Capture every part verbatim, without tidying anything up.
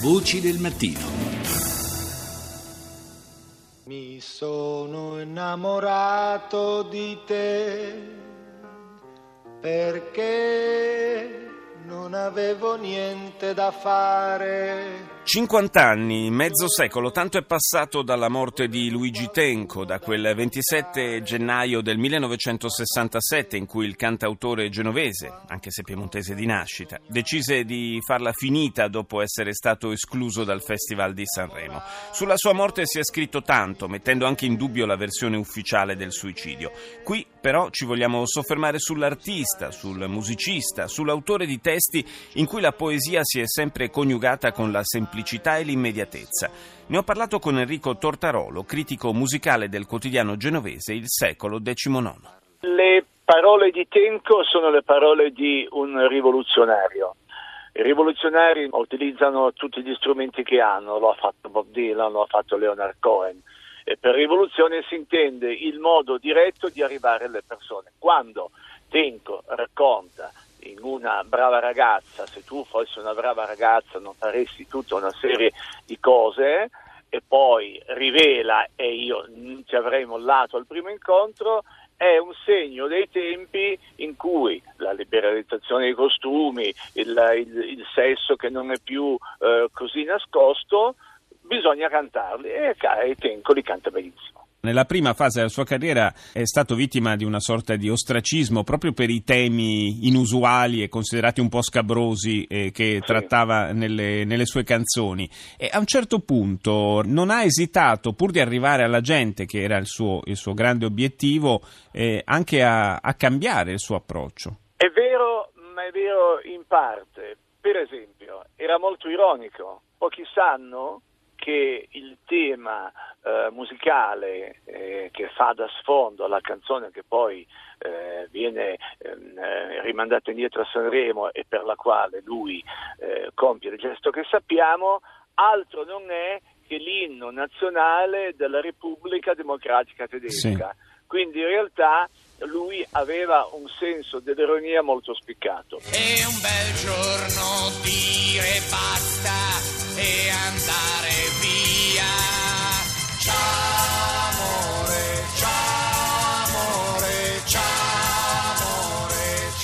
Voci del mattino. Mi sono innamorato di te perché non avevo niente da fare. cinquant'anni, mezzo secolo, tanto è passato dalla morte di Luigi Tenco, da quel ventisette gennaio del millenovecentosessantasette in cui il cantautore genovese, anche se piemontese di nascita, decise di farla finita dopo essere stato escluso dal Festival di Sanremo. Sulla sua morte si è scritto tanto, mettendo anche in dubbio la versione ufficiale del suicidio. Qui però ci vogliamo soffermare sull'artista, sul musicista, sull'autore di testi in cui la poesia si è sempre coniugata con la semplicità semplicità e l'immediatezza. Ne ho parlato con Enrico Tortarolo, critico musicale del quotidiano genovese Il Secolo diciannove. Le parole di Tenco sono le parole di un rivoluzionario. I rivoluzionari utilizzano tutti gli strumenti che hanno, lo ha fatto Bob Dylan, lo ha fatto Leonard Cohen. E per rivoluzione si intende il modo diretto di arrivare alle persone. Quando Tenco racconta in una brava ragazza, se tu fossi una brava ragazza non faresti tutta una serie di cose, e poi rivela e io non ti avrei mollato al primo incontro, è un segno dei tempi in cui la liberalizzazione dei costumi, il, il, il sesso che non è più eh, così nascosto, bisogna cantarli, e, e Tenco li canta benissimo. Nella prima fase della sua carriera è stato vittima di una sorta di ostracismo proprio per i temi inusuali e considerati un po' scabrosi eh, che sì. trattava nelle, nelle sue canzoni, e a un certo punto non ha esitato, pur di arrivare alla gente, che era il suo, il suo grande obiettivo, eh, anche a, a cambiare il suo approccio. È vero, ma è vero in parte. Per esempio, era molto ironico. Pochi sanno che il tema eh, musicale eh, che fa da sfondo alla canzone che poi eh, viene eh, rimandata indietro a Sanremo e per la quale lui eh, compie il gesto che sappiamo, altro non è che l'inno nazionale della Repubblica Democratica Tedesca. Sì. Quindi in realtà lui aveva un senso dell'ironia molto spiccato. È un bel giorno dire basta e andare via. Ciao amore, ciao amore, ciao amore,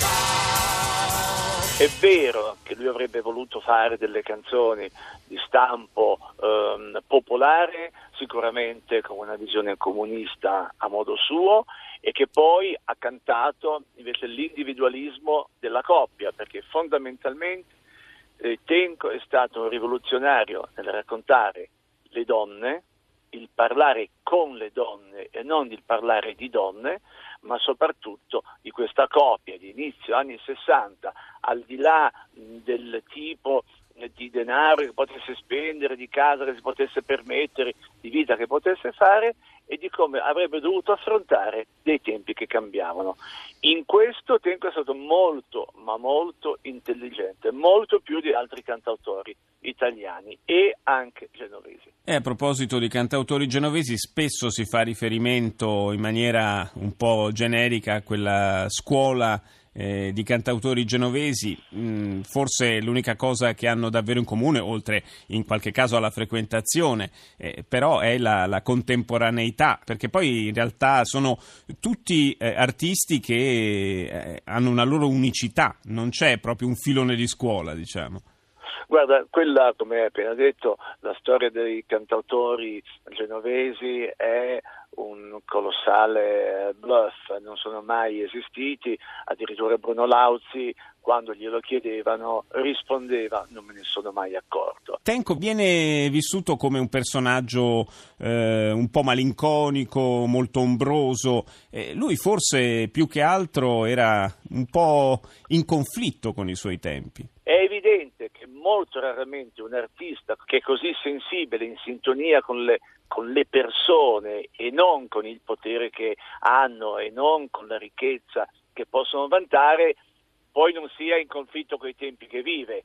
ciao. È vero che lui avrebbe voluto fare delle canzoni di stampo ehm, popolare, sicuramente con una visione comunista a modo suo, e che poi ha cantato invece l'individualismo della coppia, perché fondamentalmente eh, Tenco è stato un rivoluzionario nel raccontare le donne, il parlare con le donne e non il parlare di donne, ma soprattutto di questa coppia di inizio anni sessanta, al di là del tipo di denaro che potesse spendere, di casa che si potesse permettere, di vita che potesse fare, e di come avrebbe dovuto affrontare dei tempi che cambiavano. In questo Tenco è stato molto, ma molto intelligente, molto più di altri cantautori italiani e anche genovesi. E a proposito di cantautori genovesi, spesso si fa riferimento in maniera un po' generica a quella scuola Eh, di cantautori genovesi. mh, forse l'unica cosa che hanno davvero in comune, oltre in qualche caso alla frequentazione, eh, però è la, la contemporaneità, perché poi in realtà sono tutti eh, artisti che eh, hanno una loro unicità, non c'è proprio un filone di scuola, diciamo. Guarda, quella, come hai appena detto, la storia dei cantautori genovesi è un colossale bluff, non sono mai esistiti. Addirittura Bruno Lauzi, quando glielo chiedevano, rispondeva: non me ne sono mai accorto. Tenco viene vissuto come un personaggio eh, un po' malinconico, molto ombroso. Eh, lui forse più che altro era un po' in conflitto con i suoi tempi. È evidente che molto raramente un artista che è così sensibile, in sintonia con le, con le persone e non con il potere che hanno e non con la ricchezza che possono vantare, poi non sia in conflitto con i tempi che vive.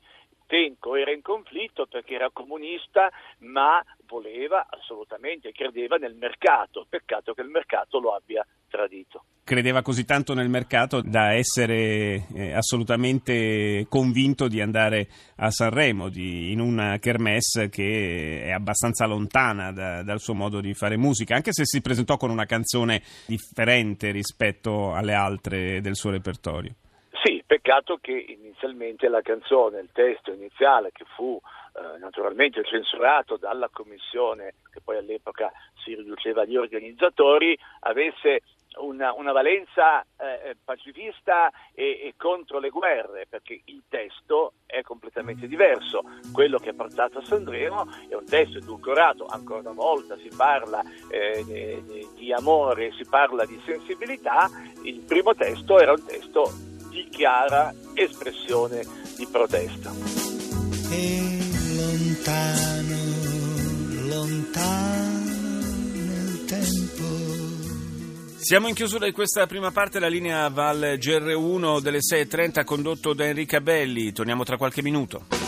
Tenco era in conflitto perché era comunista, ma voleva assolutamente, credeva nel mercato, peccato che il mercato lo abbia tradito. Credeva così tanto nel mercato da essere eh, assolutamente convinto di andare a Sanremo, di, in una kermesse che è abbastanza lontana da, dal suo modo di fare musica, anche se si presentò con una canzone differente rispetto alle altre del suo repertorio. Sì, peccato che inizialmente la canzone, il testo iniziale, che fu eh, naturalmente censurato dalla commissione, che poi all'epoca si riduceva agli organizzatori, avesse una, una valenza eh, pacifista e, e contro le guerre, perché il testo è completamente diverso. Quello che ha portato a Sanremo è un testo edulcorato, ancora una volta si parla eh, di, di amore, si parla di sensibilità. Il primo testo era un testo di chiara espressione di protesta. E lontano, lontano nel tempo. Siamo in chiusura di questa prima parte, la linea va al G R uno delle sei e trenta condotto da Enrica Belli. Torniamo tra qualche minuto.